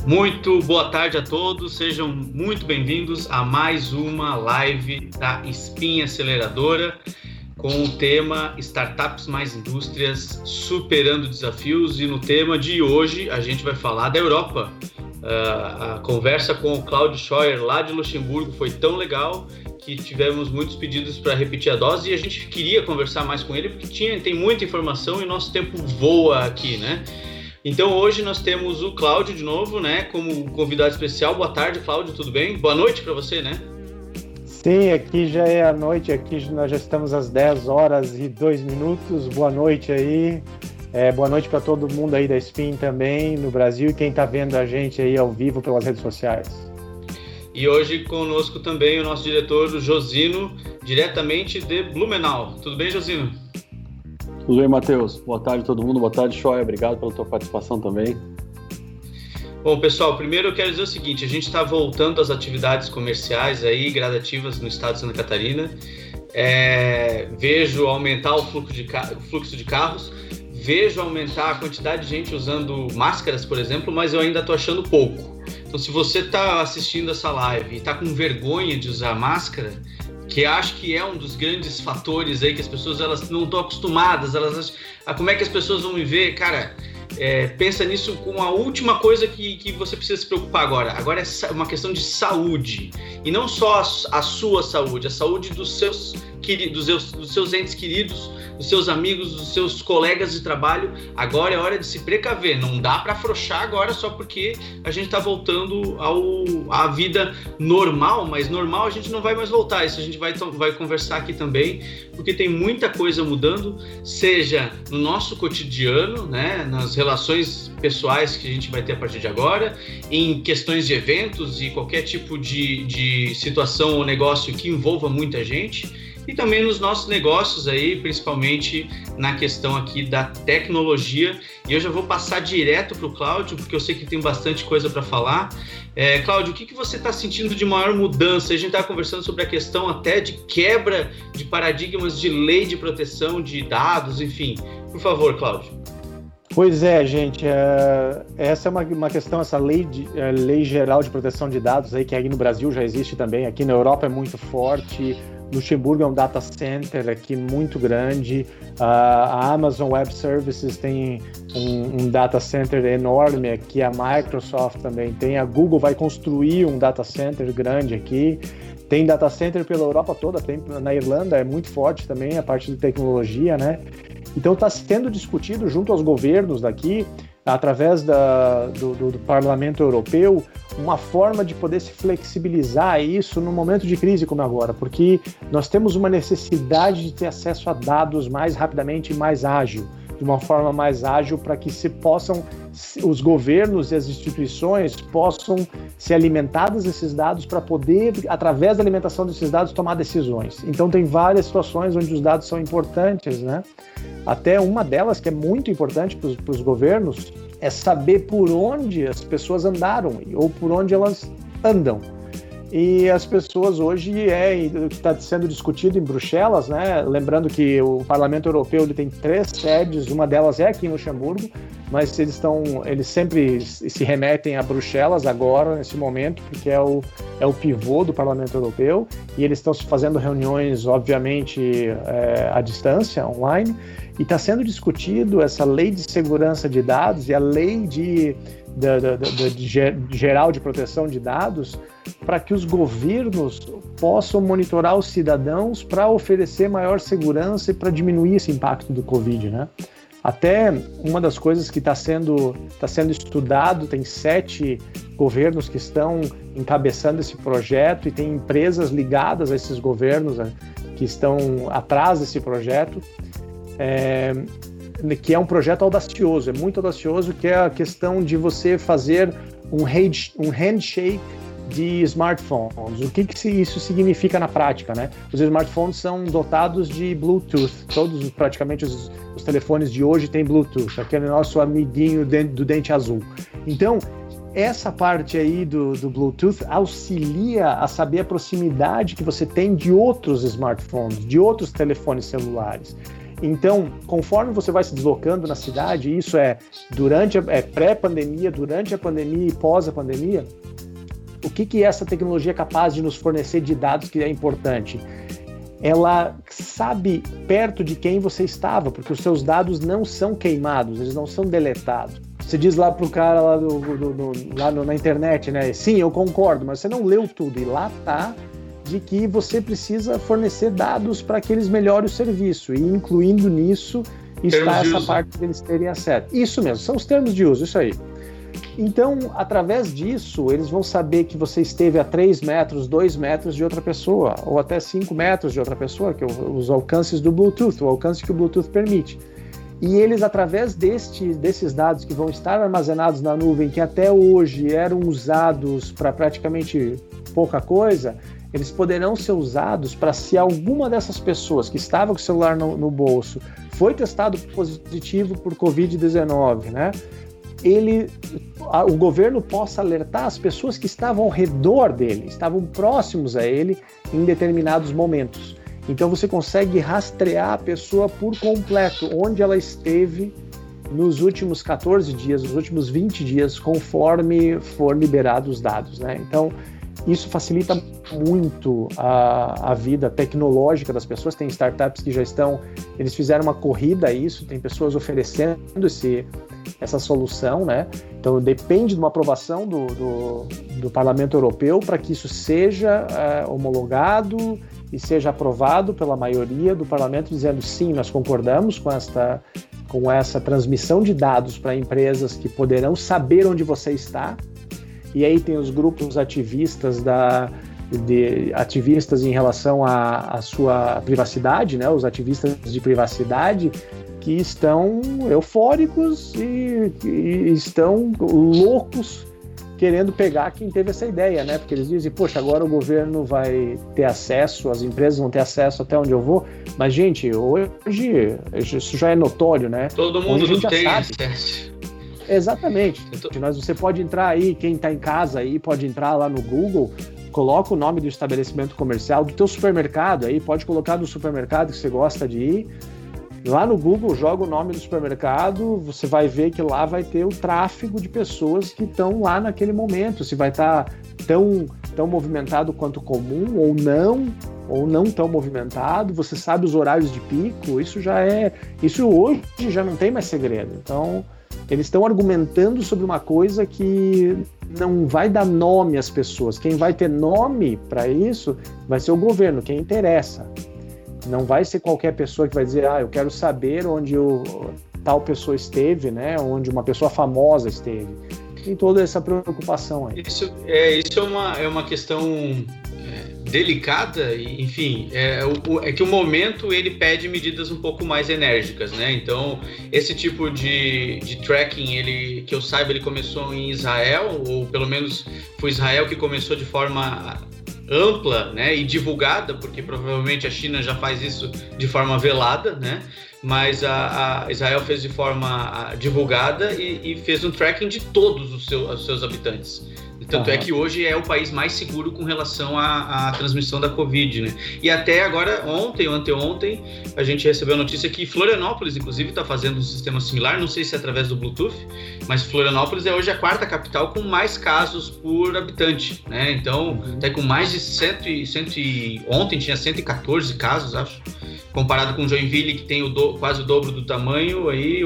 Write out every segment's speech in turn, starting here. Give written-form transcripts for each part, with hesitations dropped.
Muito boa tarde a todos, sejam muito bem-vindos a mais uma live da Spin Aceleradora com o tema Startups mais Indústrias superando desafios, e no tema de hoje a gente vai falar da Europa. A conversa com o Claudio Scheuer lá de Luxemburgo foi tão legal que tivemos muitos pedidos para repetir a dose e a gente queria conversar mais com ele porque tem muita informação e nosso tempo voa aqui, né? Então hoje nós temos o Claudio de novo, né, como convidado especial. Boa tarde, Claudio, tudo bem? Boa noite para você, né? Sim, aqui já é a noite, aqui nós já estamos às 10 horas e 2 minutos. Boa noite aí. Boa noite para todo mundo aí da Spin também, no Brasil, e quem está vendo a gente aí ao vivo pelas redes sociais. E hoje conosco também o nosso diretor Josino, diretamente de Blumenau. Tudo bem, Josino? Tudo bem, Matheus? Boa tarde a todo mundo. Boa tarde, Scheuer. Obrigado pela tua participação também. Bom, pessoal, primeiro eu quero dizer o seguinte, a gente está voltando às atividades comerciais aí, gradativas no estado de Santa Catarina. Vejo aumentar o fluxo de carros, vejo aumentar a quantidade de gente usando máscaras, por exemplo, mas eu ainda estou achando pouco. Então, se você está assistindo essa live e está com vergonha de usar máscara, que acho que é um dos grandes fatores aí que as pessoas elas não estão acostumadas, elas acham, como é que as pessoas vão me ver? Cara, pensa nisso como a última coisa que você precisa se preocupar agora. Agora é uma questão de saúde, e não só a sua saúde, a saúde dos seus entes queridos, dos seus amigos, dos seus colegas de trabalho. Agora é hora de se precaver, não dá para afrouxar agora só porque a gente está voltando à vida normal, mas normal a gente não vai mais voltar. Isso a gente vai conversar aqui também, porque tem muita coisa mudando, seja no nosso cotidiano, né, nas relações pessoais que a gente vai ter a partir de agora, em questões de eventos e qualquer tipo de situação ou negócio que envolva muita gente, e também nos nossos negócios aí, principalmente na questão aqui da tecnologia. E eu já vou passar direto para o Claudio, porque eu sei que tem bastante coisa para falar. Claudio, o que você está sentindo de maior mudança? A gente está conversando sobre a questão até de quebra de paradigmas de lei de proteção de dados, enfim. Por favor, Claudio. Pois é, gente, essa é uma questão, essa lei geral de proteção de dados aí, que aí no Brasil já existe também, aqui na Europa é muito forte. Luxemburgo é um data center aqui muito grande, a Amazon Web Services tem um data center enorme aqui, a Microsoft também tem, a Google vai construir um data center grande aqui, tem data center pela Europa toda, tem na Irlanda, é muito forte também a parte de tecnologia, né? Então está sendo discutido junto aos governos daqui, através do Parlamento Europeu, uma forma de poder se flexibilizar isso no momento de crise como agora, porque nós temos uma necessidade de ter acesso a dados mais rapidamente e mais ágil, de uma forma mais ágil para que os governos e as instituições possam ser alimentados desses dados para poder, através da alimentação desses dados, tomar decisões. Então tem várias situações onde os dados são importantes, né? Até uma delas que é muito importante para os governos é saber por onde as pessoas andaram ou por onde elas andam. E as pessoas hoje, o que está sendo discutido em Bruxelas, né? Lembrando que o Parlamento Europeu ele tem 3 sedes, uma delas é aqui em Luxemburgo, mas eles sempre se remetem a Bruxelas agora, nesse momento, porque é o pivô do Parlamento Europeu, e eles estão fazendo reuniões, obviamente, à distância, online, e está sendo discutido essa lei de segurança de dados e a lei geral de proteção de dados, para que os governos possam monitorar os cidadãos para oferecer maior segurança e para diminuir esse impacto do Covid, né? Até uma das coisas que está sendo estudado, tem 7 governos que estão encabeçando esse projeto e tem empresas ligadas a esses governos, né, que estão atrás desse projeto, que é um projeto audacioso, é muito audacioso, que é a questão de você fazer um handshake de smartphones. O que isso significa na prática, né? Os smartphones são dotados de Bluetooth, praticamente os telefones de hoje têm Bluetooth, aquele nosso amiguinho do dente azul. Então, essa parte aí do Bluetooth auxilia a saber a proximidade que você tem de outros smartphones, de outros telefones celulares. Então, conforme você vai se deslocando na cidade, isso é pré-pandemia, durante a pandemia e pós a pandemia, o que essa tecnologia é capaz de nos fornecer de dados que é importante? Ela sabe perto de quem você estava, porque os seus dados não são queimados, eles não são deletados. Você diz lá pro cara lá na internet, né? Sim, eu concordo, mas você não leu tudo. E lá tá de que você precisa fornecer dados para que eles melhorem o serviço. E incluindo nisso está essa parte deles terem acesso. Isso mesmo, são os termos de uso, isso aí. Então, através disso, eles vão saber que você esteve a 3 metros, 2 metros de outra pessoa, ou até 5 metros de outra pessoa, que os alcances do Bluetooth, o alcance que o Bluetooth permite. E eles, através desses dados que vão estar armazenados na nuvem, que até hoje eram usados para praticamente pouca coisa, eles poderão ser usados para, se alguma dessas pessoas que estava com o celular no bolso foi testado positivo por Covid-19, né? O governo possa alertar as pessoas que estavam ao redor dele, estavam próximos a ele em determinados momentos. Então você consegue rastrear a pessoa por completo, onde ela esteve nos últimos 14 dias, nos últimos 20 dias, conforme for liberados os dados, né? Então isso facilita muito a vida tecnológica das pessoas. Tem startups que eles fizeram uma corrida a isso, tem pessoas oferecendo essa solução, né? Então depende de uma aprovação do Parlamento Europeu para que isso seja homologado e seja aprovado pela maioria do Parlamento, dizendo sim, nós concordamos com essa transmissão de dados para empresas que poderão saber onde você está. E aí tem os grupos ativistas ativistas em relação à sua privacidade, né? Os ativistas de privacidade que estão eufóricos e estão loucos querendo pegar quem teve essa ideia, né? Porque eles dizem, poxa, agora o governo vai ter acesso, as empresas vão ter acesso até onde eu vou. Mas, gente, hoje isso já é notório, né? Todo mundo tem acesso. Exatamente. Você pode entrar aí, quem está em casa aí, pode entrar lá no Google, coloca o nome do estabelecimento comercial, do teu supermercado aí, pode colocar no supermercado que você gosta de ir. Lá no Google, joga o nome do supermercado, você vai ver que lá vai ter o tráfego de pessoas que estão lá naquele momento, se vai estar tão movimentado quanto comum ou não tão movimentado, você sabe os horários de pico, isso hoje já não tem mais segredo. Então, eles estão argumentando sobre uma coisa que não vai dar nome às pessoas. Quem vai ter nome para isso vai ser o governo, quem interessa. Não vai ser qualquer pessoa que vai dizer, eu quero saber onde tal pessoa esteve, né? Onde uma pessoa famosa esteve. Tem toda essa preocupação aí. Isso é uma questão delicada, e, enfim, é que o momento ele pede medidas um pouco mais enérgicas, né? Então, esse tipo de tracking, que eu saiba, ele começou em Israel, ou pelo menos foi Israel que começou de forma ampla, né, e divulgada, porque provavelmente a China já faz isso de forma velada, né? Mas a Israel fez de forma divulgada e fez um tracking de todos os seus habitantes. Tanto é que hoje é o país mais seguro com relação à transmissão da Covid, né? E até agora, ontem ou anteontem, a gente recebeu a notícia que Florianópolis, inclusive, está fazendo um sistema similar, não sei se é através do Bluetooth, mas Florianópolis é hoje a 4ª capital com mais casos por habitante, né? Então, até com mais de ontem tinha 114 casos, acho, comparado com Joinville, que tem quase o dobro do tamanho, aí,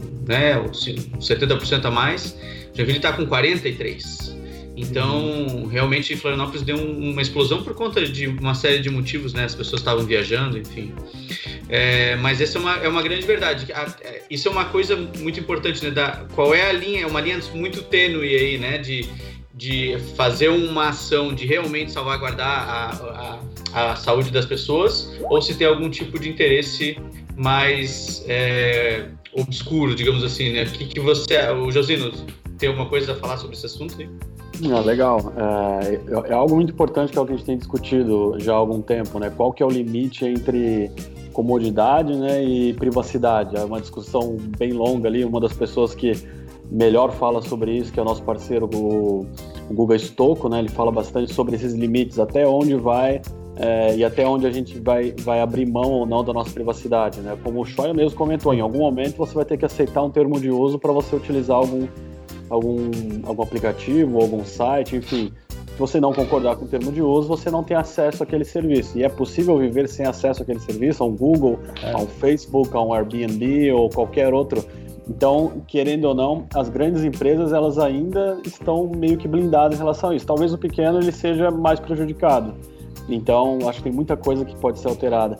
70% a mais. Joinville está com 43. Então, realmente, Florianópolis deu uma explosão por conta de uma série de motivos, né? As pessoas estavam viajando, enfim. Mas essa é uma grande verdade. Isso é uma coisa muito importante, né? Qual é a linha? É uma linha muito tênue aí, né? De fazer uma ação de realmente salvaguardar a saúde das pessoas, ou se tem algum tipo de interesse mais obscuro, digamos assim, né? O Josino, tem alguma coisa a falar sobre esse assunto aí? Legal. É algo muito importante que é o que a gente tem discutido já há algum tempo, né? Qual que é o limite entre comodidade, né, e privacidade? É uma discussão bem longa ali. Uma das pessoas que melhor fala sobre isso, que é o nosso parceiro, o Guga Stocco, né, ele fala bastante sobre esses limites, até onde vai e até onde a gente vai abrir mão ou não da nossa privacidade, né? Como o Shoya mesmo comentou, em algum momento você vai ter que aceitar um termo de uso para você utilizar algum aplicativo, algum site, enfim. Se você não concordar com o termo de uso, você não tem acesso àquele serviço. E é possível viver sem acesso àquele serviço, a um Google, a um Facebook, a um Airbnb ou qualquer outro. Então, querendo ou não, as grandes empresas, elas ainda estão meio que blindadas em relação a isso. Talvez o pequeno ele seja mais prejudicado. Então, acho que tem muita coisa que pode ser alterada.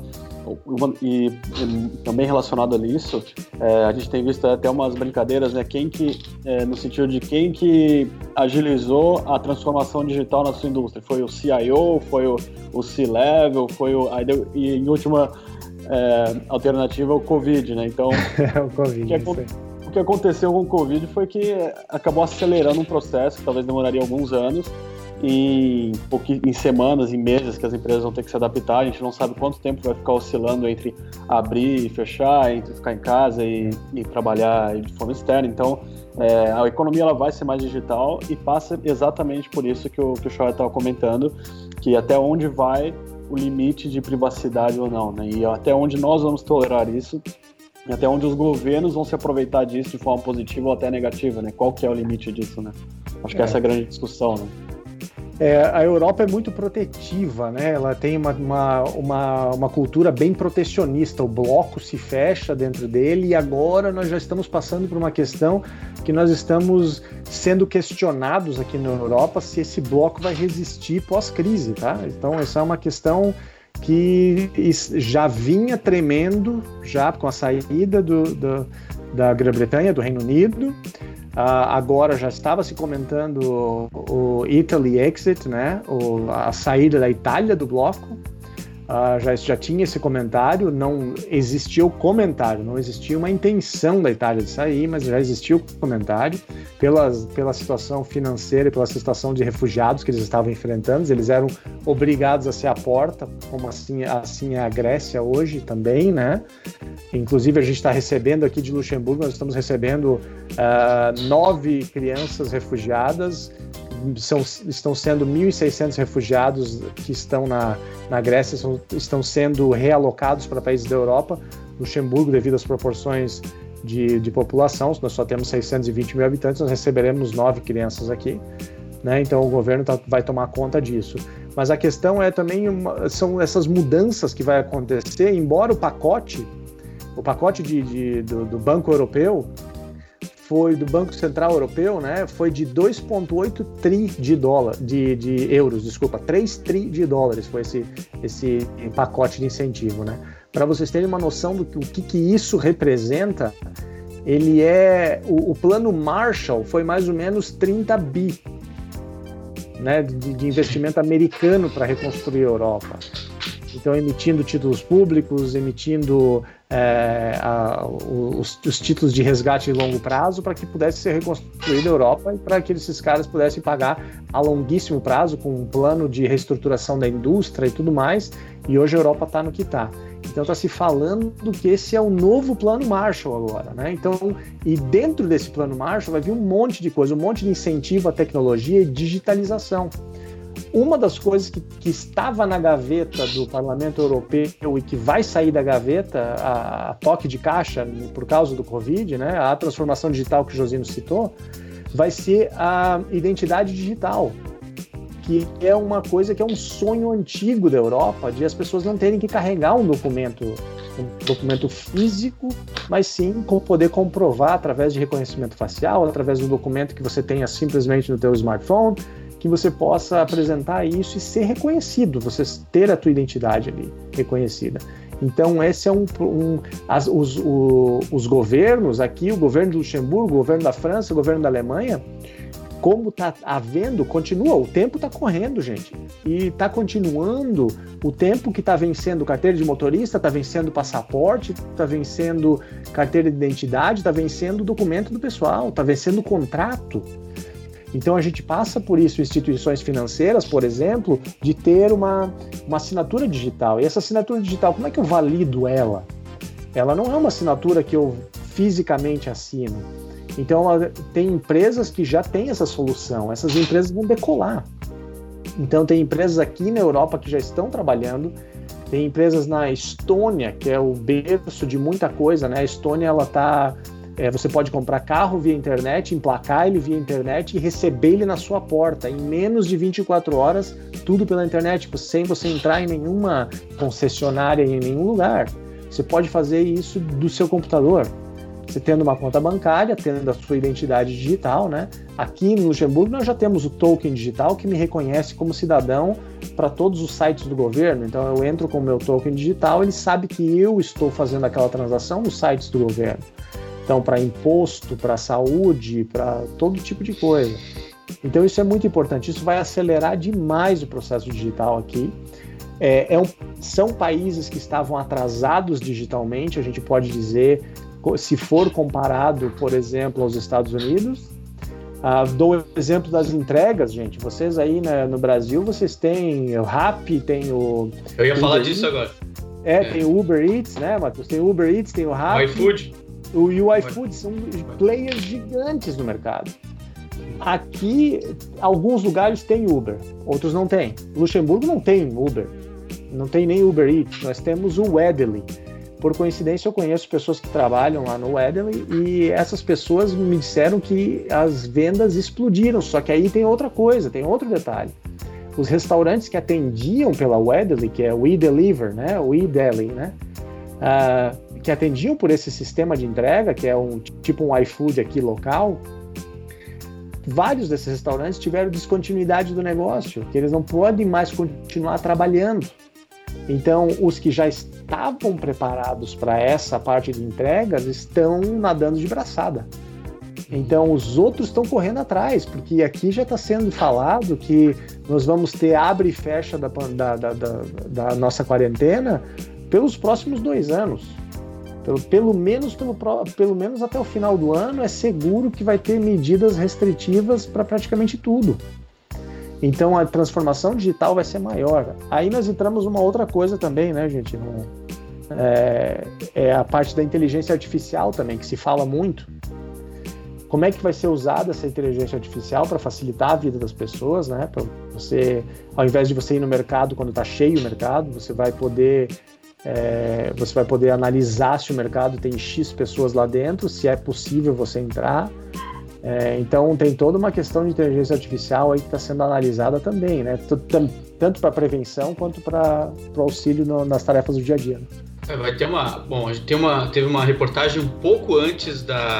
E também relacionado a isso, a gente tem visto até umas brincadeiras, né? No sentido de quem que agilizou a transformação digital na sua indústria. Foi o CIO, foi o C-Level, e em última alternativa o Covid, né? Então, o Covid, o que aconteceu com o Covid foi que acabou acelerando um processo que talvez demoraria alguns anos, em semanas, em meses que as empresas vão ter que se adaptar. A gente não sabe quanto tempo vai ficar oscilando entre abrir e fechar, entre ficar em casa e trabalhar de forma externa. Então, a economia ela vai ser mais digital e passa exatamente por isso que o Shoya estava comentando, que até onde vai o limite de privacidade ou não, né? E até onde nós vamos tolerar isso, e até onde os governos vão se aproveitar disso de forma positiva ou até negativa, né? Qual que é o limite disso, né? Acho que essa é a grande discussão, né? A Europa é muito protetiva, né? Ela tem uma cultura bem protecionista. O bloco se fecha dentro dele e agora nós já estamos passando por uma questão que nós estamos sendo questionados aqui na Europa se esse bloco vai resistir pós-crise, tá? Então essa é uma questão que já vinha tremendo já com a saída da Grã-Bretanha, do Reino Unido. Agora já estava se comentando o Italy Exit, né? A saída da Itália do bloco. Já tinha esse comentário, não existia o comentário, não existia uma intenção da Itália de sair, mas já existia o comentário pela situação financeira e pela situação de refugiados que eles estavam enfrentando. Eles eram obrigados a ser a porta, como assim é a Grécia hoje também, né? Inclusive a gente está recebendo aqui de Luxemburgo, nós estamos recebendo 9 crianças refugiadas. Estão sendo 1.600 refugiados que estão na Grécia, estão sendo realocados para países da Europa. Luxemburgo, devido às proporções de população, nós só temos 620 mil habitantes, nós receberemos 9 crianças aqui, né? Então o governo vai tomar conta disso. Mas a questão é também, são essas mudanças que vai acontecer, embora o pacote do Banco Europeu, do Banco Central Europeu, né, foi de 2,8 tri de euros, desculpa, 3 tri de dólares foi esse pacote de incentivo, né? Para vocês terem uma noção do que isso representa, o plano Marshall foi mais ou menos 30 bi, né, de investimento americano para reconstruir a Europa. Então, emitindo títulos públicos, emitindo os títulos de resgate de longo prazo para que pudesse ser reconstruída a Europa e para que esses caras pudessem pagar a longuíssimo prazo com um plano de reestruturação da indústria e tudo mais. E hoje a Europa está no que está. Então, está se falando que esse é o novo plano Marshall agora, né? Então, e dentro desse plano Marshall vai vir um monte de coisa, um monte de incentivo à tecnologia e digitalização. Uma das coisas que estava na gaveta do Parlamento Europeu e que vai sair da gaveta a toque de caixa por causa do Covid, né, a transformação digital que o Josino citou, vai ser a identidade digital, que é uma coisa que é um sonho antigo da Europa, de as pessoas não terem que carregar um documento físico, mas sim poder comprovar através de reconhecimento facial, através do documento que você tenha simplesmente no teu smartphone, que você possa apresentar isso e ser reconhecido, você ter a tua identidade ali reconhecida. Então esse é os governos aqui, o governo de Luxemburgo, o governo da França, o governo da Alemanha, como está havendo, continua, o tempo está correndo, gente, e está continuando o tempo que está vencendo carteira de motorista, está vencendo passaporte, está vencendo carteira de identidade, está vencendo documento do pessoal, está vencendo contrato. Então a gente passa por isso, instituições financeiras, por exemplo, de ter uma assinatura digital. E essa assinatura digital, como é que eu valido ela? Ela não é uma assinatura que eu fisicamente assino. Então, tem empresas que já têm essa solução, essas empresas vão decolar. Então, tem empresas aqui na Europa que já estão trabalhando, tem empresas na Estônia, que é o berço de muita coisa, né? A Estônia, ela tá... você pode comprar carro via internet, emplacar ele via internet e receber ele na sua porta, em menos de 24 horas, tudo pela internet, sem você entrar em nenhuma concessionária, em nenhum lugar. Você pode fazer isso do seu computador. Você tendo uma conta bancária, tendo a sua identidade digital, né? Aqui no Luxemburgo nós já temos o token digital que me reconhece como cidadão para todos os sites do governo. Então eu entro com o meu token digital, ele sabe que eu estou fazendo aquela transação nos sites do governo. Então, para imposto, para saúde, para todo tipo de coisa. Então isso é muito importante, isso vai acelerar demais o processo digital aqui. São países que estavam atrasados digitalmente, a gente pode dizer, se for comparado, por exemplo, aos Estados Unidos. Dou o exemplo das entregas, gente. Vocês aí, né, no Brasil, vocês têm o Rappi, tem o... Eu ia falar disso agora. Tem o Uber Eats, né, Matheus? Tem o Uber Eats, tem o Rappi. O iFood. E o iFood são players gigantes no mercado. Aqui, alguns lugares têm Uber, outros não têm. Luxemburgo não tem Uber, não tem nem Uber Eats. Nós temos o Wedeli. Por coincidência, eu conheço pessoas que trabalham lá no Wedeli e essas pessoas me disseram que as vendas explodiram. Só que aí tem outra coisa, tem outro detalhe. Os restaurantes que atendiam pela Wedeli, que é o WeDeliver, né? O WeDeli, né? Que atendiam por esse sistema de entrega, que é tipo um iFood aqui local, vários desses restaurantes tiveram descontinuidade do negócio, que eles não podem mais continuar trabalhando. Então, os que já estavam preparados para essa parte de entregas estão nadando de braçada. Então, os outros estão correndo atrás, porque aqui já está sendo falado que nós vamos ter abre e fecha da nossa quarentena pelos próximos 2 anos. Pelo menos até o final do ano é seguro que vai ter medidas restritivas para praticamente tudo. Então a transformação digital vai ser maior. Aí nós entramos numa outra coisa também, né, gente? É a parte da inteligência artificial também, que se fala muito. Como é que vai ser usada essa inteligência artificial para facilitar a vida das pessoas, né? Para você, ao invés de você ir no mercado quando está cheio o mercado, você vai poder analisar se o mercado tem X pessoas lá dentro, se é possível você entrar. Então tem toda uma questão de inteligência artificial aí que está sendo analisada também, né? Tanto para prevenção quanto para o auxílio nas tarefas do dia a dia. Né? Vai ter teve uma reportagem um pouco antes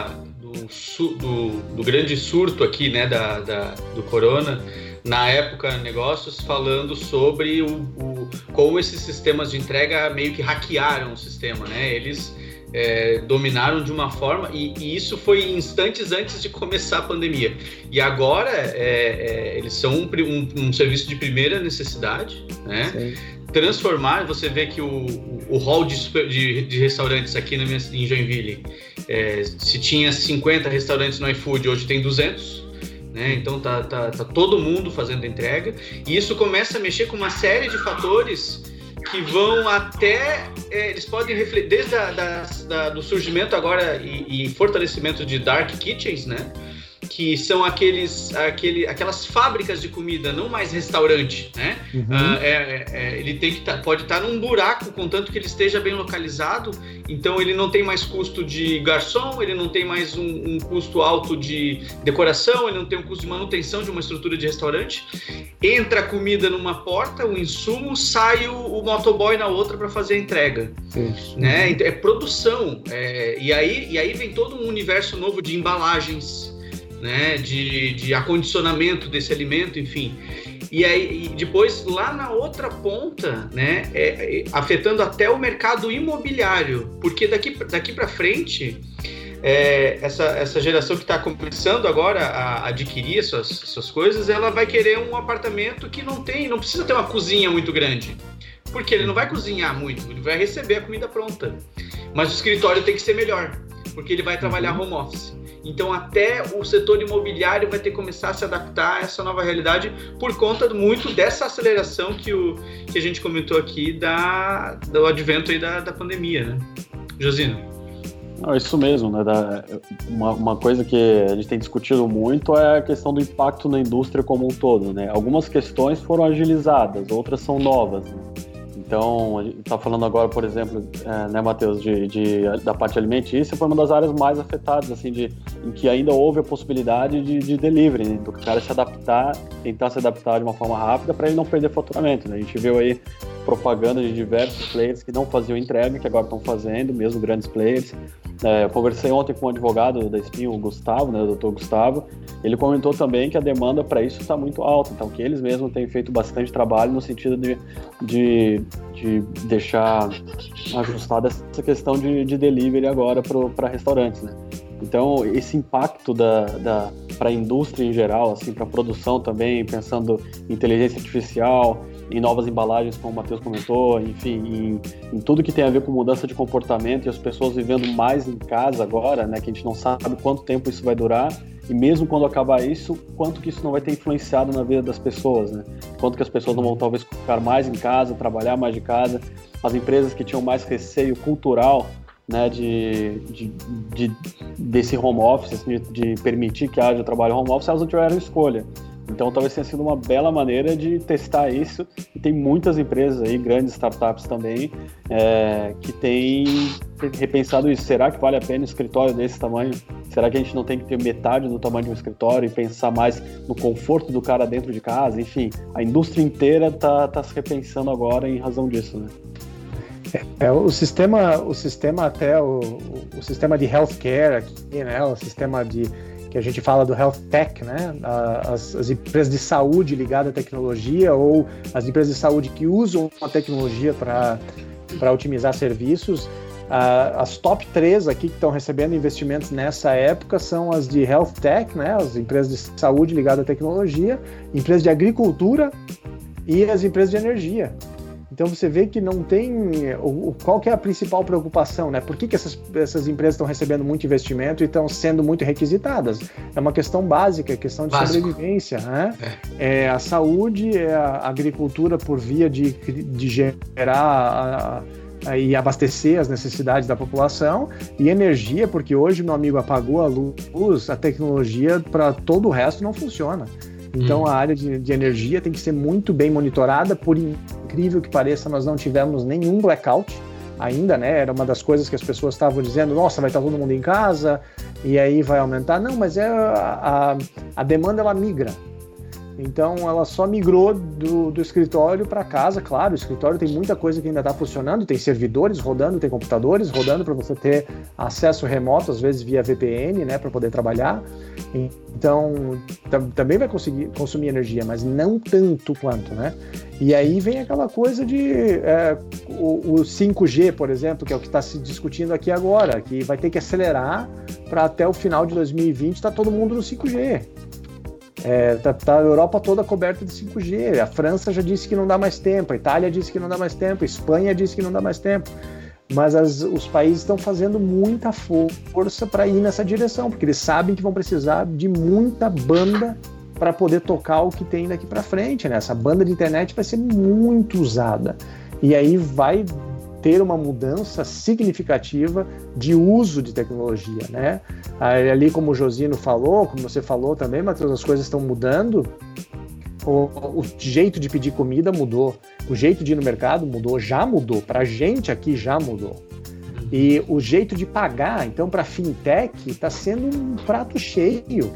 do grande surto aqui, né, do corona, na época negócios, falando sobre como esses sistemas de entrega meio que hackearam o sistema, né? Eles dominaram de uma forma, e isso foi instantes antes de começar a pandemia. E agora eles são um serviço de primeira necessidade, né? Sim. Transformar, você vê que o hall de restaurantes aqui em Joinville, se tinha 50 restaurantes no iFood, hoje tem 200. Né? Então tá todo mundo fazendo entrega, e isso começa a mexer com uma série de fatores que vão até, eles podem refletir desde do surgimento agora e fortalecimento de dark kitchens, né? Que são aquelas fábricas de comida, não mais restaurante, né? Uhum. Ele pode estar num buraco, contanto que ele esteja bem localizado, então ele não tem mais custo de garçom, ele não tem mais um custo alto de decoração, ele não tem um custo de manutenção de uma estrutura de restaurante. Entra a comida numa porta, o insumo, sai o motoboy na outra para fazer a entrega. Isso. Né? Então, é produção, e aí vem todo um universo novo de embalagens, né, de acondicionamento desse alimento, enfim. E aí depois lá na outra ponta, né, afetando até o mercado imobiliário, porque daqui para frente essa geração que está começando agora a adquirir suas coisas, ela vai querer um apartamento que não precisa ter uma cozinha muito grande, porque ele não vai cozinhar muito, ele vai receber a comida pronta, mas o escritório tem que ser melhor, porque ele vai trabalhar home office. Então até o setor imobiliário vai ter que começar a se adaptar a essa nova realidade por conta muito dessa aceleração que a gente comentou aqui do advento aí da pandemia, né? Josino? Não, isso mesmo, né? Uma coisa que a gente tem discutido muito é a questão do impacto na indústria como um todo, né? Algumas questões foram agilizadas, outras são novas, né? Então, a gente está falando agora, por exemplo, né, Matheus, da parte alimentícia, foi uma das áreas mais afetadas, assim, em que ainda houve a possibilidade de delivery, né, do cara se adaptar, tentar se adaptar de uma forma rápida para ele não perder faturamento, né? A gente viu aí propaganda de diversos players que não faziam entrega, que agora estão fazendo, mesmo grandes players. Eu conversei ontem com um advogado da Spin, o Gustavo, né, o Dr. Gustavo. Ele comentou também que a demanda para isso está muito alta, então que eles mesmos têm feito bastante trabalho no sentido de deixar ajustada essa questão de delivery agora para restaurantes, né? Então, esse impacto para a indústria em geral, assim, para a produção também, pensando em inteligência artificial, em novas embalagens, como o Matheus comentou, enfim, em tudo que tem a ver com mudança de comportamento e as pessoas vivendo mais em casa agora, né, que a gente não sabe quanto tempo isso vai durar, e mesmo quando acabar isso, quanto que isso não vai ter influenciado na vida das pessoas, né? Quanto que as pessoas não vão talvez ficar mais em casa, trabalhar mais de casa, as empresas que tinham mais receio cultural, né, desse home office, assim, de permitir que haja trabalho home office, elas não tiveram escolha. Então talvez tenha sido uma bela maneira de testar isso, e tem muitas empresas aí, grandes startups também, que têm repensado isso. Será que vale a pena um escritório desse tamanho? Será que a gente não tem que ter metade do tamanho de um escritório e pensar mais no conforto do cara dentro de casa? Enfim, a indústria inteira tá se repensando agora em razão disso, né? O sistema de healthcare aqui, né? O sistema que a gente fala do health tech, né? As empresas de saúde ligadas à tecnologia ou as empresas de saúde que usam a tecnologia para otimizar serviços. As top 3 aqui que estão recebendo investimentos nessa época são as de health tech, né? As empresas de saúde ligadas à tecnologia, empresas de agricultura e as empresas de energia. Então você vê que não tem... Qual que é a principal preocupação, né? Por que essas empresas estão recebendo muito investimento e estão sendo muito requisitadas? É uma questão básica, é questão de sobrevivência, né? É a saúde, é a agricultura por via de gerar e abastecer as necessidades da população, e energia, porque hoje, meu amigo, apagou a luz, a tecnologia para todo o resto não funciona. Então a área de energia tem que ser muito bem monitorada. Por incrível que pareça, nós não tivemos nenhum blackout ainda, né? Era uma das coisas que as pessoas estavam dizendo, nossa, vai estar todo mundo em casa e aí vai aumentar. Não, mas a demanda, ela migra. Então ela só migrou do escritório para casa. Claro, o escritório tem muita coisa que ainda está funcionando, tem servidores rodando, tem computadores rodando para você ter acesso remoto, às vezes via VPN, né, para poder trabalhar. Então também vai conseguir consumir energia, mas não tanto quanto, né? E aí vem aquela coisa de o 5G, por exemplo, que é o que está se discutindo aqui agora, que vai ter que acelerar para até o final de 2020 estar todo mundo no 5G. Tá a Europa toda coberta de 5G, a França já disse que não dá mais tempo, a Itália disse que não dá mais tempo, a Espanha disse que não dá mais tempo, mas os países estão fazendo muita força para ir nessa direção, porque eles sabem que vão precisar de muita banda para poder tocar o que tem daqui para frente, né? Essa banda de internet vai ser muito usada, e aí vai ter uma mudança significativa de uso de tecnologia, né? Ali, como o Josino falou, como você falou também, Matheus, as coisas estão mudando. O jeito de pedir comida mudou, o jeito de ir no mercado mudou, já mudou, para a gente aqui já mudou. E o jeito de pagar, então, para fintech, está sendo um prato cheio.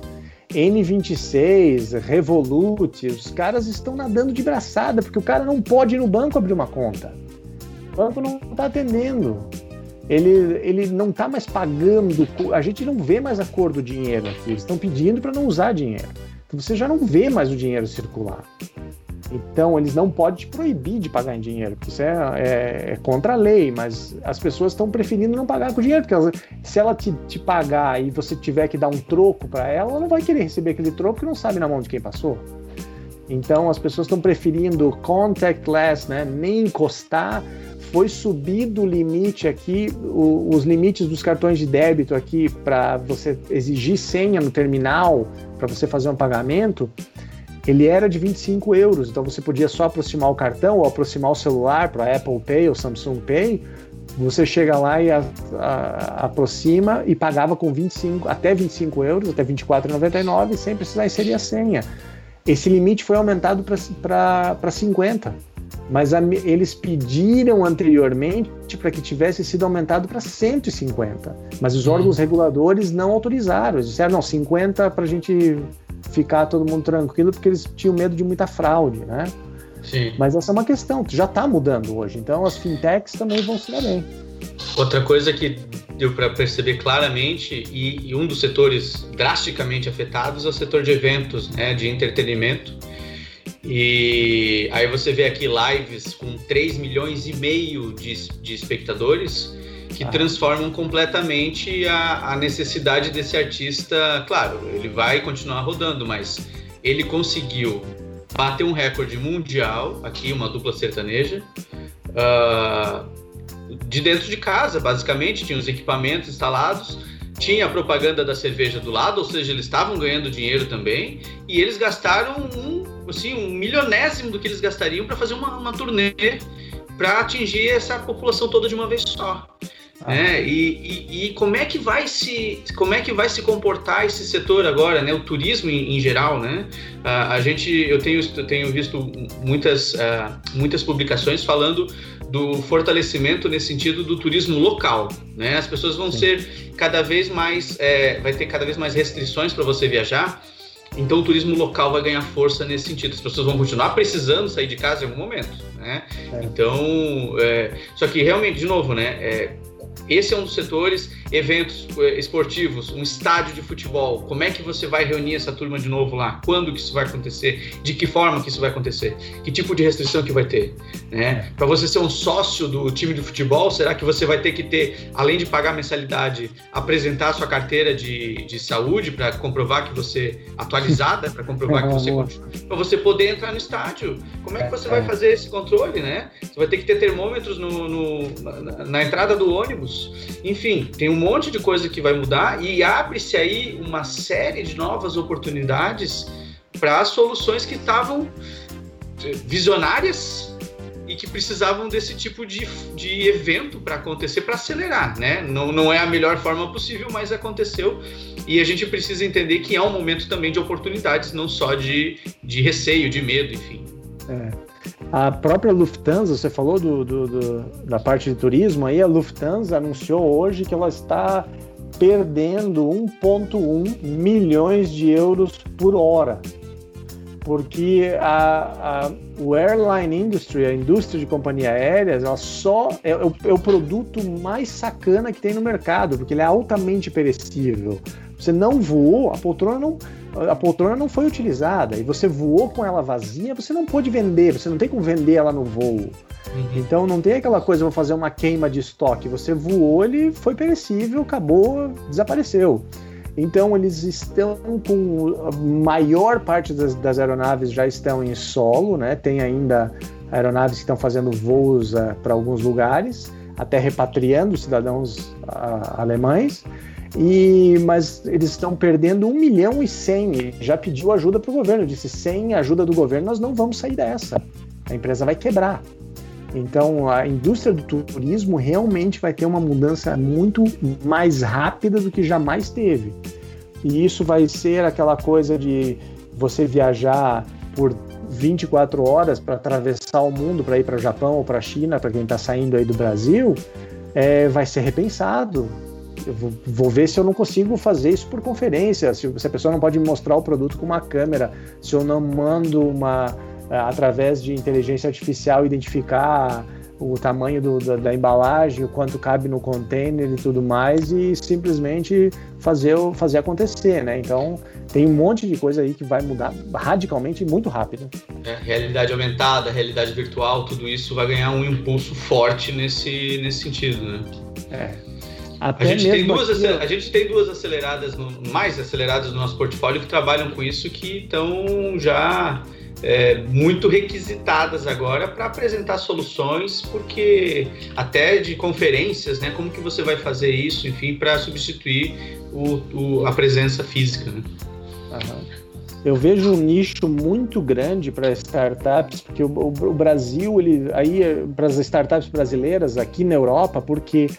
N26, Revolut, os caras estão nadando de braçada, porque o cara não pode ir no banco abrir uma conta. O banco não está atendendo. Ele não está mais pagando, a gente não vê mais a cor do dinheiro aqui, eles estão pedindo para não usar dinheiro. Então você já não vê mais o dinheiro circular. Então eles não podem te proibir de pagar em dinheiro, porque isso é contra a lei, mas as pessoas estão preferindo não pagar com dinheiro, porque se ela te pagar e você tiver que dar um troco para ela não vai querer receber aquele troco porque não sabe na mão de quem passou. Então as pessoas estão preferindo contactless, né? Nem encostar. Foi subido o limite aqui, os limites dos cartões de débito aqui para você exigir senha no terminal, para você fazer um pagamento, ele era de 25 euros, então você podia só aproximar o cartão ou aproximar o celular para Apple Pay ou Samsung Pay Você chega lá e aproxima e pagava com até 25 euros, até 24,99, sem precisar inserir a senha. Esse limite foi aumentado para 50, mas eles pediram anteriormente para que tivesse sido aumentado para 150, mas os órgãos reguladores não autorizaram. Eles disseram, não, 50 para a gente ficar todo mundo tranquilo, porque eles tinham medo de muita fraude, né? Sim. Mas essa é uma questão, já está mudando hoje, então as fintechs também vão se dar bem. Outra coisa que deu para perceber claramente, e um dos setores drasticamente afetados é o setor de eventos, né, de entretenimento. E aí você vê aqui lives com 3,5 milhões de espectadores que transformam completamente a necessidade desse artista. Claro, ele vai continuar rodando, mas ele conseguiu bater um recorde mundial, aqui uma dupla sertaneja, de dentro de casa, basicamente, tinha os equipamentos instalados, tinha a propaganda da cerveja do lado, ou seja, eles estavam ganhando dinheiro também, e eles gastaram um milionésimo do que eles gastariam para fazer uma turnê para atingir essa população toda de uma vez só. Né? E como é que vai se comportar esse setor agora, né? O turismo em geral, né? Eu tenho visto muitas publicações falando do fortalecimento nesse sentido do turismo local, né? As pessoas vão ser cada vez mais, vai ter cada vez mais restrições para você viajar, então o turismo local vai ganhar força nesse sentido. As pessoas vão continuar precisando sair de casa em algum momento, né? Então, só que realmente, de novo, né? Esse é um dos setores, eventos esportivos, um estádio de futebol, como é que você vai reunir essa turma de novo lá? Quando que isso vai acontecer? De que forma que isso vai acontecer? Que tipo de restrição que vai ter? Né? Para você ser um sócio do time de futebol, será que você vai ter que ter, além de pagar mensalidade, apresentar a sua carteira de saúde para comprovar que você, atualizada, para comprovar que você, para você poder entrar no estádio? Como é que você vai fazer esse controle, né? Você vai ter que ter termômetros na entrada do ônibus. Enfim, tem um monte de coisa que vai mudar e abre-se aí uma série de novas oportunidades para soluções que estavam visionárias e que precisavam desse tipo de evento para acontecer, para acelerar, né? Não é a melhor forma possível, mas aconteceu e a gente precisa entender que é um momento também de oportunidades, não só de receio, de medo, enfim. A própria Lufthansa, você falou da parte de turismo, aí a Lufthansa anunciou hoje que ela está perdendo 1,1 milhões de euros por hora, porque o airline industry, a indústria de companhia aéreas, ela só é o produto mais sacana que tem no mercado, porque ele é altamente perecível. Você não voou, a poltrona não foi utilizada, e você voou com ela vazia, você não pôde vender, você não tem como vender ela no voo. Então não tem aquela coisa, vou fazer uma queima de estoque, você voou, ele foi perecível, acabou, desapareceu. Então eles estão com a maior parte das aeronaves já estão em solo, né? Tem ainda aeronaves que estão fazendo voos para alguns lugares, até repatriando cidadãos alemães. Mas eles estão perdendo 1,1 milhão, já pediu ajuda para o governo, disse, sem a ajuda do governo nós não vamos sair dessa, a empresa vai quebrar. Então a indústria do turismo realmente vai ter uma mudança muito mais rápida do que jamais teve, e isso vai ser aquela coisa de você viajar por 24 horas para atravessar o mundo, para ir para o Japão ou para a China, para quem está saindo aí do Brasil, vai ser repensado. Eu vou ver se eu não consigo fazer isso por conferência, se a pessoa não pode me mostrar o produto com uma câmera, se eu não mando através de inteligência artificial identificar o tamanho da embalagem, o quanto cabe no container e tudo mais, e simplesmente fazer acontecer, né? Então tem um monte de coisa aí que vai mudar radicalmente e muito rápido. Realidade aumentada, realidade virtual, tudo isso vai ganhar um impulso forte nesse sentido, né? A gente tem duas aceleradas, mais aceleradas no nosso portfólio que trabalham com isso, que estão já muito requisitadas agora para apresentar soluções, porque até de conferências, né? Como que você vai fazer isso, enfim, para substituir a presença física, né? eu vejo um nicho muito grande para startups, porque o Brasil, para as startups brasileiras aqui na Europa, porque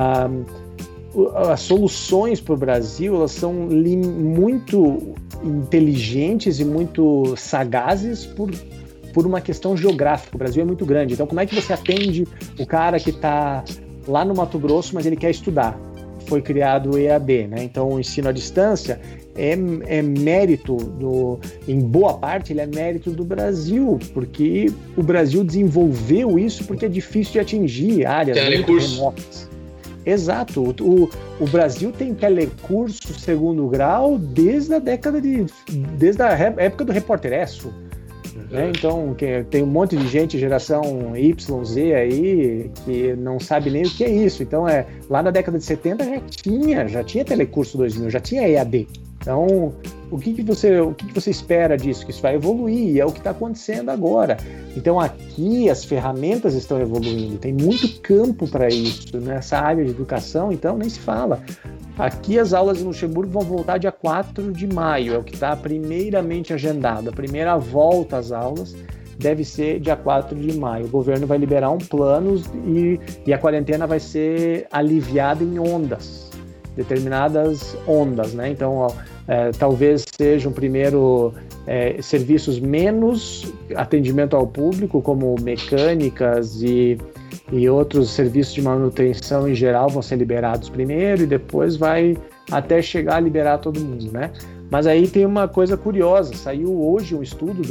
as soluções para o Brasil, elas são muito inteligentes e muito sagazes por uma questão geográfica. O Brasil é muito grande. Então, como é que você atende o cara que está lá no Mato Grosso, mas ele quer estudar? Foi criado o EAD, né? Então, o ensino à distância é mérito, em boa parte, ele é mérito do Brasil, porque o Brasil desenvolveu isso porque é difícil de atingir áreas muito remotas. Exato. O Brasil tem telecurso segundo grau desde a época do Repórter Esso. Né? Então, tem um monte de gente, geração Y, Z aí, que não sabe nem o que é isso. Então, lá na década de 70 já tinha Telecurso 2000, já tinha EAD. Então, o que você espera disso? Que isso vai evoluir, e é o que está acontecendo agora. Então, aqui as ferramentas estão evoluindo, tem muito campo para isso, nessa área de educação, então nem se fala. Aqui as aulas em Luxemburgo vão voltar dia 4 de maio, é o que está primeiramente agendado. A primeira volta às aulas deve ser dia 4 de maio. O governo vai liberar um plano e a quarentena vai ser aliviada em ondas, determinadas ondas, né? Então, talvez sejam primeiro serviços menos atendimento ao público, como mecânicas e outros serviços de manutenção em geral vão ser liberados primeiro e depois vai até chegar a liberar todo mundo, né? Mas aí tem uma coisa curiosa, saiu hoje um estudo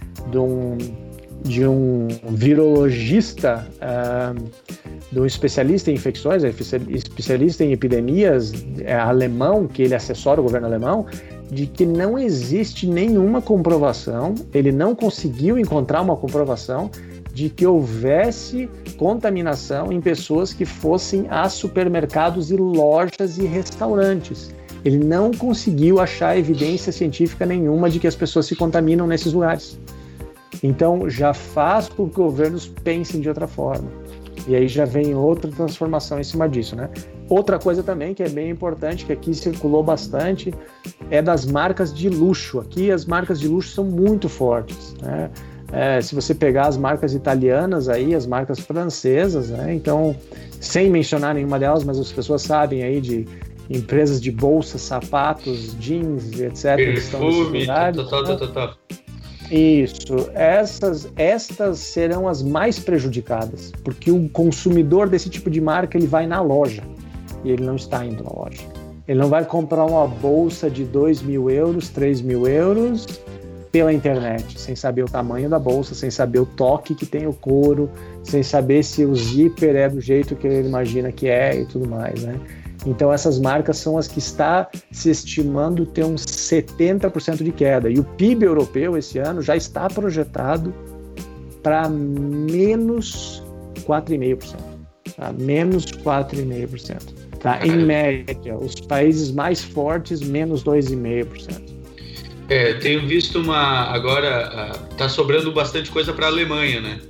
de um virologista, de um especialista em infecções, especialista em epidemias alemão, que ele assessora o governo alemão, de que não existe nenhuma comprovação, ele não conseguiu encontrar uma comprovação de que houvesse contaminação em pessoas que fossem a supermercados e lojas e restaurantes. Ele não conseguiu achar evidência científica nenhuma de que as pessoas se contaminam nesses lugares. Então, já faz com que os governos pensem de outra forma. E aí já vem outra transformação em cima disso, né? Outra coisa também que é bem importante, que aqui circulou bastante, é das marcas de luxo. Aqui as marcas de luxo são muito fortes, né? Se você pegar as marcas italianas aí, as marcas francesas, né? Então, sem mencionar nenhuma delas, mas as pessoas sabem aí de empresas de bolsas, sapatos, jeans, etc. Perfume, total. Isso, estas serão as mais prejudicadas, porque o consumidor desse tipo de marca, ele vai na loja, e ele não está indo na loja. Ele não vai comprar uma bolsa de 2.000 euros, 3.000 euros pela internet, sem saber o tamanho da bolsa, sem saber o toque que tem o couro, sem saber se o zíper é do jeito que ele imagina que é e tudo mais, né? Então essas marcas são as que está se estimando ter uns 70% de queda. E o PIB europeu esse ano já está projetado para menos 4,5%. Tá? Menos 4,5%. Tá? Em média, os países mais fortes, menos 2,5%. Tenho visto agora está sobrando bastante coisa para a Alemanha, né?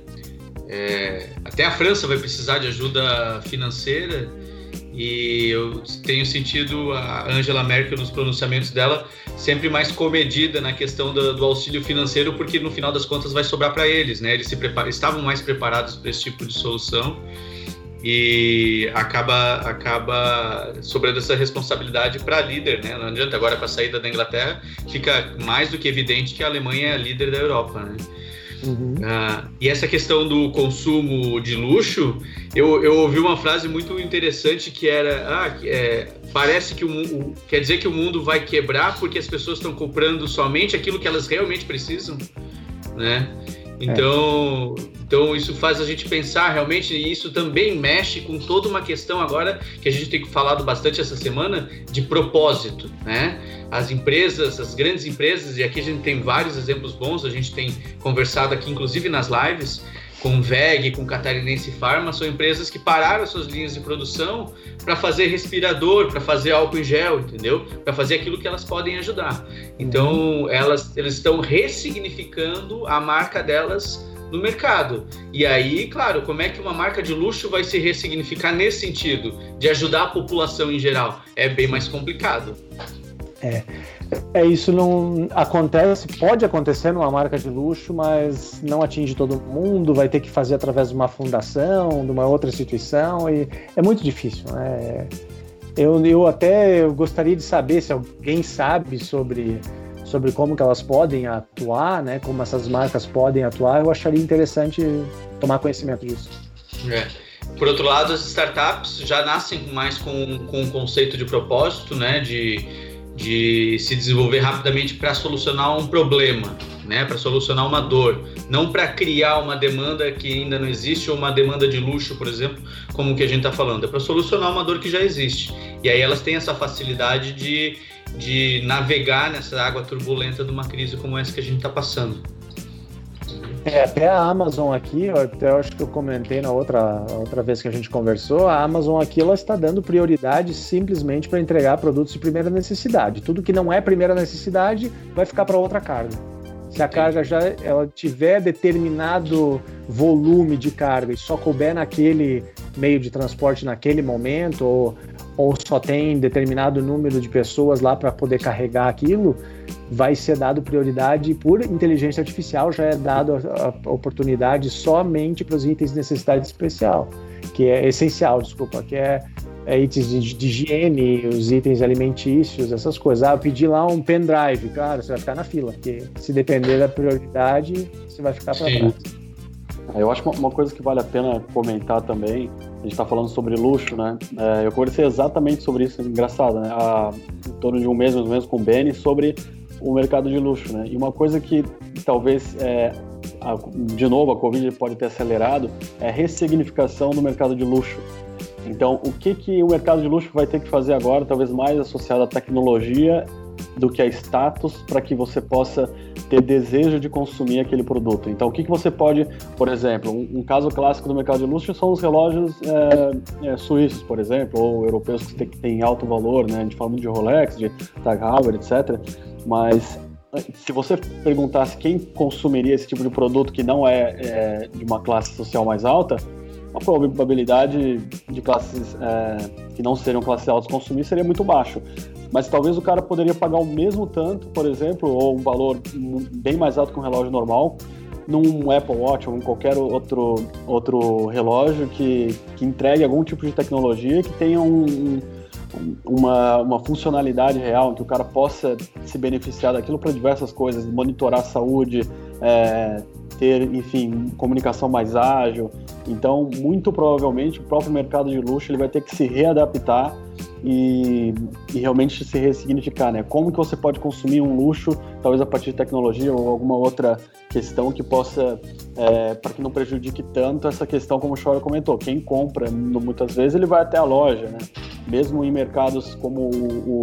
Até a França vai precisar de ajuda financeira. E eu tenho sentido a Angela Merkel nos pronunciamentos dela sempre mais comedida na questão do auxílio financeiro, porque no final das contas vai sobrar para eles, né? Eles estavam mais preparados para esse tipo de solução e acaba sobrando essa responsabilidade para a líder, né? Não adianta, agora com a saída da Inglaterra fica mais do que evidente que a Alemanha é a líder da Europa, né? Uhum. E essa questão do consumo de luxo, eu ouvi uma frase muito interessante que era parece que quer dizer que o mundo vai quebrar porque as pessoas estão comprando somente aquilo que elas realmente precisam, né? Então isso faz a gente pensar realmente, e isso também mexe com toda uma questão agora que a gente tem falado bastante essa semana de propósito, né? As empresas, as grandes empresas, e aqui a gente tem vários exemplos bons, a gente tem conversado aqui inclusive nas lives com VEG, com Catarinense Pharma, são empresas que pararam suas linhas de produção para fazer respirador, para fazer álcool em gel, entendeu? Para fazer aquilo que elas podem ajudar. Então, elas estão ressignificando a marca delas no mercado. E aí, claro, como é que uma marca de luxo vai se ressignificar nesse sentido, de ajudar a população em geral? É bem mais complicado. Isso não acontece, pode acontecer numa marca de luxo, mas não atinge todo mundo, vai ter que fazer através de uma fundação, de uma outra instituição, e é muito difícil, né? Eu até gostaria de saber se alguém sabe sobre como que elas podem atuar, né? Como essas marcas podem atuar, eu acharia interessante tomar conhecimento disso. Por outro lado, as startups já nascem mais com um conceito de propósito, né? De se desenvolver rapidamente para solucionar um problema, né? Para solucionar uma dor, não para criar uma demanda que ainda não existe ou uma demanda de luxo, por exemplo, como que a gente está falando. É para solucionar uma dor que já existe. E aí elas têm essa facilidade de navegar nessa água turbulenta de uma crise como essa que a gente está passando. Até a Amazon aqui, eu acho que eu comentei na outra vez que a gente conversou, a Amazon aqui ela está dando prioridade simplesmente para entregar produtos de primeira necessidade. Tudo que não é primeira necessidade vai ficar para outra carga. Se a carga ela tiver determinado volume de carga e só couber naquele meio de transporte naquele momento, ou só tem determinado número de pessoas lá para poder carregar aquilo, vai ser dado prioridade por inteligência artificial, já é dado a oportunidade somente para os itens de necessidade especial, que é essencial, que é itens de higiene, os itens alimentícios, essas coisas. Eu pedi lá um pendrive, cara, você vai ficar na fila, porque se depender da prioridade, você vai ficar para trás. Eu acho uma coisa que vale a pena comentar também, a gente está falando sobre luxo, né? Eu conversei exatamente sobre isso, engraçado, né? Em torno de um mês, mais ou menos, com o Benny, sobre o mercado de luxo, né? E uma coisa que talvez, de novo, a Covid pode ter acelerado, é a ressignificação do mercado de luxo. Então, o que o mercado de luxo vai ter que fazer agora, talvez mais associado à tecnologia do que a status, para que você possa ter desejo de consumir aquele produto. Então, o que você pode, por exemplo, um caso clássico do mercado de luxo são os relógios suíços, por exemplo, ou europeus que têm alto valor, né? A gente fala muito de Rolex, de Tag Heuer, etc. Mas se você perguntasse quem consumiria esse tipo de produto que não é de uma classe social mais alta, a probabilidade de classes que não seriam classes altas consumir seria muito baixo. Mas talvez o cara poderia pagar o mesmo tanto, por exemplo, ou um valor bem mais alto que um relógio normal, num Apple Watch ou em qualquer outro relógio que entregue algum tipo de tecnologia que tenha uma funcionalidade real, que o cara possa se beneficiar daquilo para diversas coisas, monitorar a saúde, ter, enfim, comunicação mais ágil. Então, muito provavelmente, o próprio mercado de luxo ele vai ter que se readaptar e realmente se ressignificar, né? Como que você pode consumir um luxo, talvez a partir de tecnologia ou alguma outra questão que possa, para que não prejudique tanto essa questão, como o Schoer comentou. Quem compra, muitas vezes, ele vai até a loja, né? Mesmo em mercados como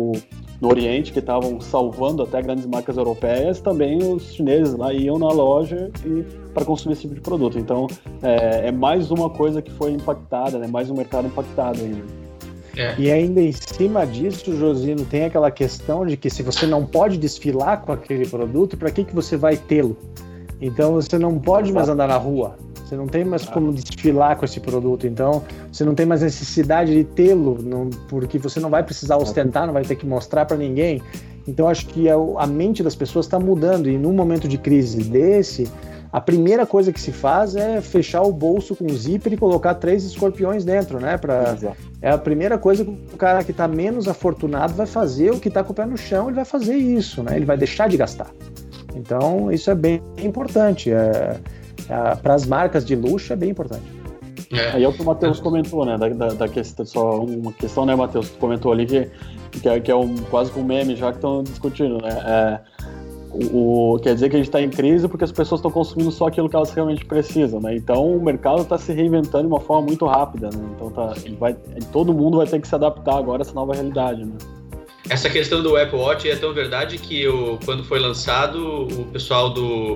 no Oriente, que estavam salvando até grandes marcas europeias, também os chineses lá iam na loja para consumir esse tipo de produto. Então, é mais uma coisa que foi impactada, né? Mais um mercado impactado ainda. E ainda em cima disso, Josino, tem aquela questão de que se você não pode desfilar com aquele produto, para que você vai tê-lo? Então você não pode mais andar na rua, você não tem mais como desfilar com esse produto, então você não tem mais necessidade de tê-lo, porque você não vai precisar ostentar, não vai ter que mostrar para ninguém. Então acho que a mente das pessoas está mudando, e num momento de crise desse, a primeira coisa que se faz é fechar o bolso com zíper e colocar 3 escorpiões dentro, né? É a primeira coisa que o cara que está menos afortunado vai fazer, o que está com o pé no chão, ele vai fazer isso, né? Ele vai deixar de gastar. Então, isso é bem importante. Para as marcas de luxo, é bem importante. Aí é o que o Matheus comentou, né? Da questão, só uma questão, né, Matheus? Tu comentou ali que é quase que um meme já que estão discutindo, né? Quer dizer que a gente está em crise porque as pessoas estão consumindo só aquilo que elas realmente precisam, né? Então o mercado está se reinventando de uma forma muito rápida, né? Então todo mundo vai ter que se adaptar agora a essa nova realidade, né? Essa questão do Apple Watch é tão verdade que quando foi lançado, o pessoal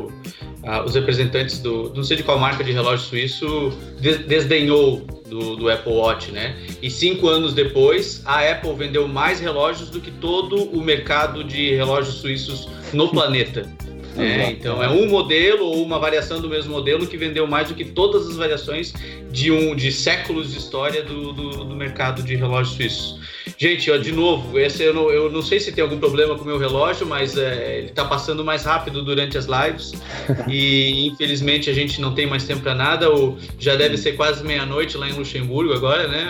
os representantes não sei de qual marca de relógio suíço, desdenhou do Apple Watch, né? E 5 anos depois, a Apple vendeu mais relógios do que todo o mercado de relógios suíços no planeta. Então é um modelo ou uma variação do mesmo modelo que vendeu mais do que todas as variações de séculos de história do mercado de relógios suíços. Gente, ó, de novo, esse eu não sei se tem algum problema com o meu relógio, mas ele está passando mais rápido durante as lives e infelizmente a gente não tem mais tempo para nada, ou já deve ser quase meia-noite lá em Luxemburgo agora, né?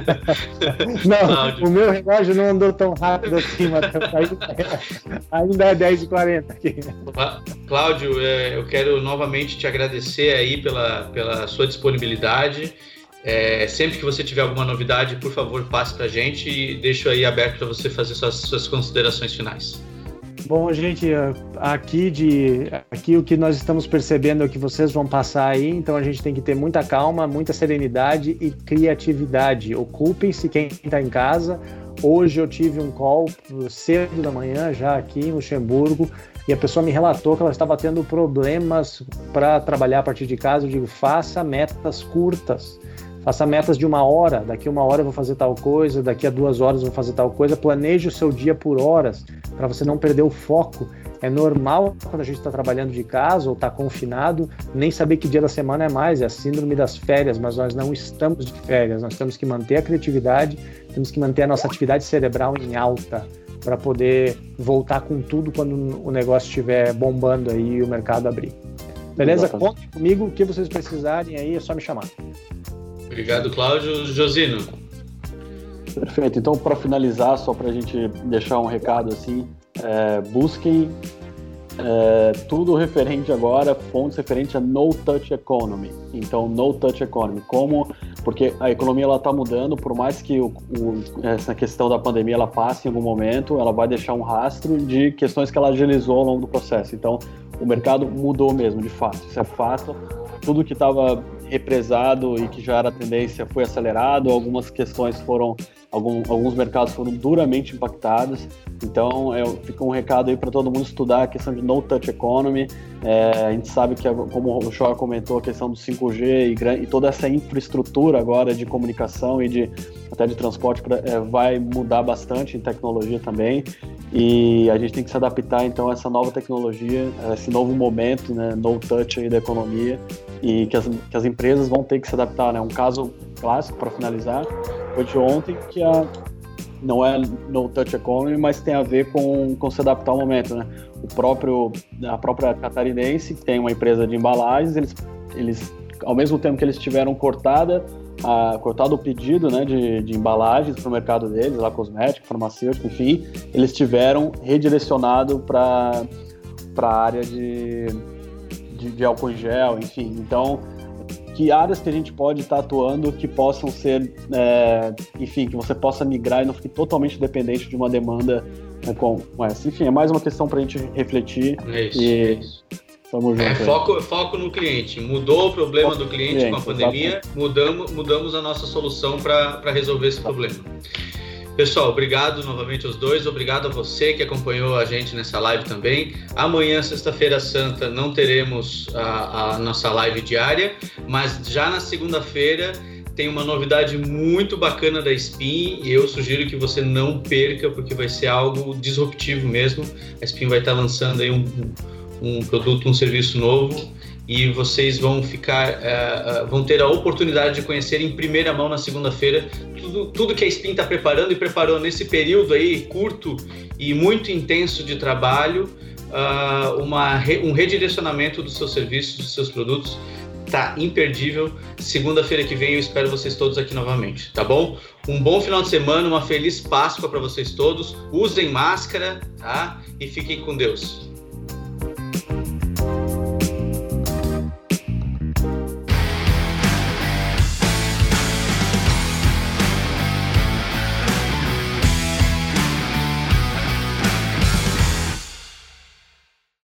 Não, Cláudio. O meu relógio não andou tão rápido assim, Matheus. Ainda é 10h40 aqui. Cláudio, eu quero novamente te agradecer aí pela sua disponibilidade. Sempre que você tiver alguma novidade, por favor, passe para a gente e deixo aí aberto para você fazer suas considerações finais. Bom, gente, aqui o que nós estamos percebendo é o que vocês vão passar aí, então a gente tem que ter muita calma, muita serenidade e criatividade. Ocupem-se quem está em casa. Hoje eu tive um call cedo da manhã, já aqui em Luxemburgo, e a pessoa me relatou que ela estava tendo problemas para trabalhar a partir de casa. Eu digo, faça metas curtas. Faça metas de 1 hora, daqui a 1 hora eu vou fazer tal coisa, daqui a 2 horas eu vou fazer tal coisa. Planeje o seu dia por horas, para você não perder o foco. É normal, quando a gente está trabalhando de casa ou está confinado, nem saber que dia da semana é mais, é a síndrome das férias, mas nós não estamos de férias, nós temos que manter a criatividade, temos que manter a nossa atividade cerebral em alta, para poder voltar com tudo quando o negócio estiver bombando aí e o mercado abrir. Beleza? Contem comigo, o que vocês precisarem aí, é só me chamar. Obrigado, Cláudio. Josino. Perfeito. Então, para finalizar, só para a gente deixar um recado assim, busquem tudo referente agora, fontes referentes a no-touch economy. Então, no-touch economy. Porque a economia está mudando, por mais que essa questão da pandemia ela passe em algum momento, ela vai deixar um rastro de questões que ela agilizou ao longo do processo. Então, o mercado mudou mesmo, de fato. Isso é fato. Tudo que estava represado e que já era tendência foi acelerado, algumas questões alguns mercados foram duramente impactados. Então fica um recado aí para todo mundo estudar a questão de no-touch economy. A gente sabe que, como o Shoa comentou, a questão do 5G e toda essa infraestrutura agora de comunicação e até de transporte vai mudar bastante em tecnologia também, e a gente tem que se adaptar então a essa nova tecnologia, a esse novo momento, né, no-touch aí da economia, e que as empresas vão ter que se adaptar, né? Um caso clássico, para finalizar, foi de ontem, que não é no-touch economy, mas tem a ver com se adaptar ao momento, né? A própria Catarinense, que tem uma empresa de embalagens, eles ao mesmo tempo que eles tiveram cortado o pedido, né, de embalagens para o mercado deles, lá cosmético, farmacêutico, enfim, eles tiveram redirecionado para a área de álcool em gel, enfim. Então, que áreas que a gente pode estar atuando que possam ser, enfim, que você possa migrar e não fique totalmente dependente de uma demanda com essa. Enfim, é mais uma questão para a gente refletir. Isso. Tamo junto. Foco no cliente. Mudou o problema do cliente com a pandemia, mudamos a nossa solução para resolver esse problema. Pessoal, obrigado novamente aos dois, obrigado a você que acompanhou a gente nessa live também. Amanhã, sexta-feira santa, não teremos a nossa live diária, mas já na segunda-feira tem uma novidade muito bacana da Spin e eu sugiro que você não perca, porque vai ser algo disruptivo mesmo. A Spin vai estar lançando aí um produto, um serviço novo, e vocês vão ter a oportunidade de conhecer em primeira mão na segunda-feira tudo que a Spin está preparando e preparou nesse período aí curto e muito intenso de trabalho, um redirecionamento dos seus serviços, dos seus produtos. Tá imperdível. Segunda-feira que vem eu espero vocês todos aqui novamente, tá bom? Um bom final de semana, uma feliz Páscoa para vocês todos. Usem máscara, tá? E fiquem com Deus.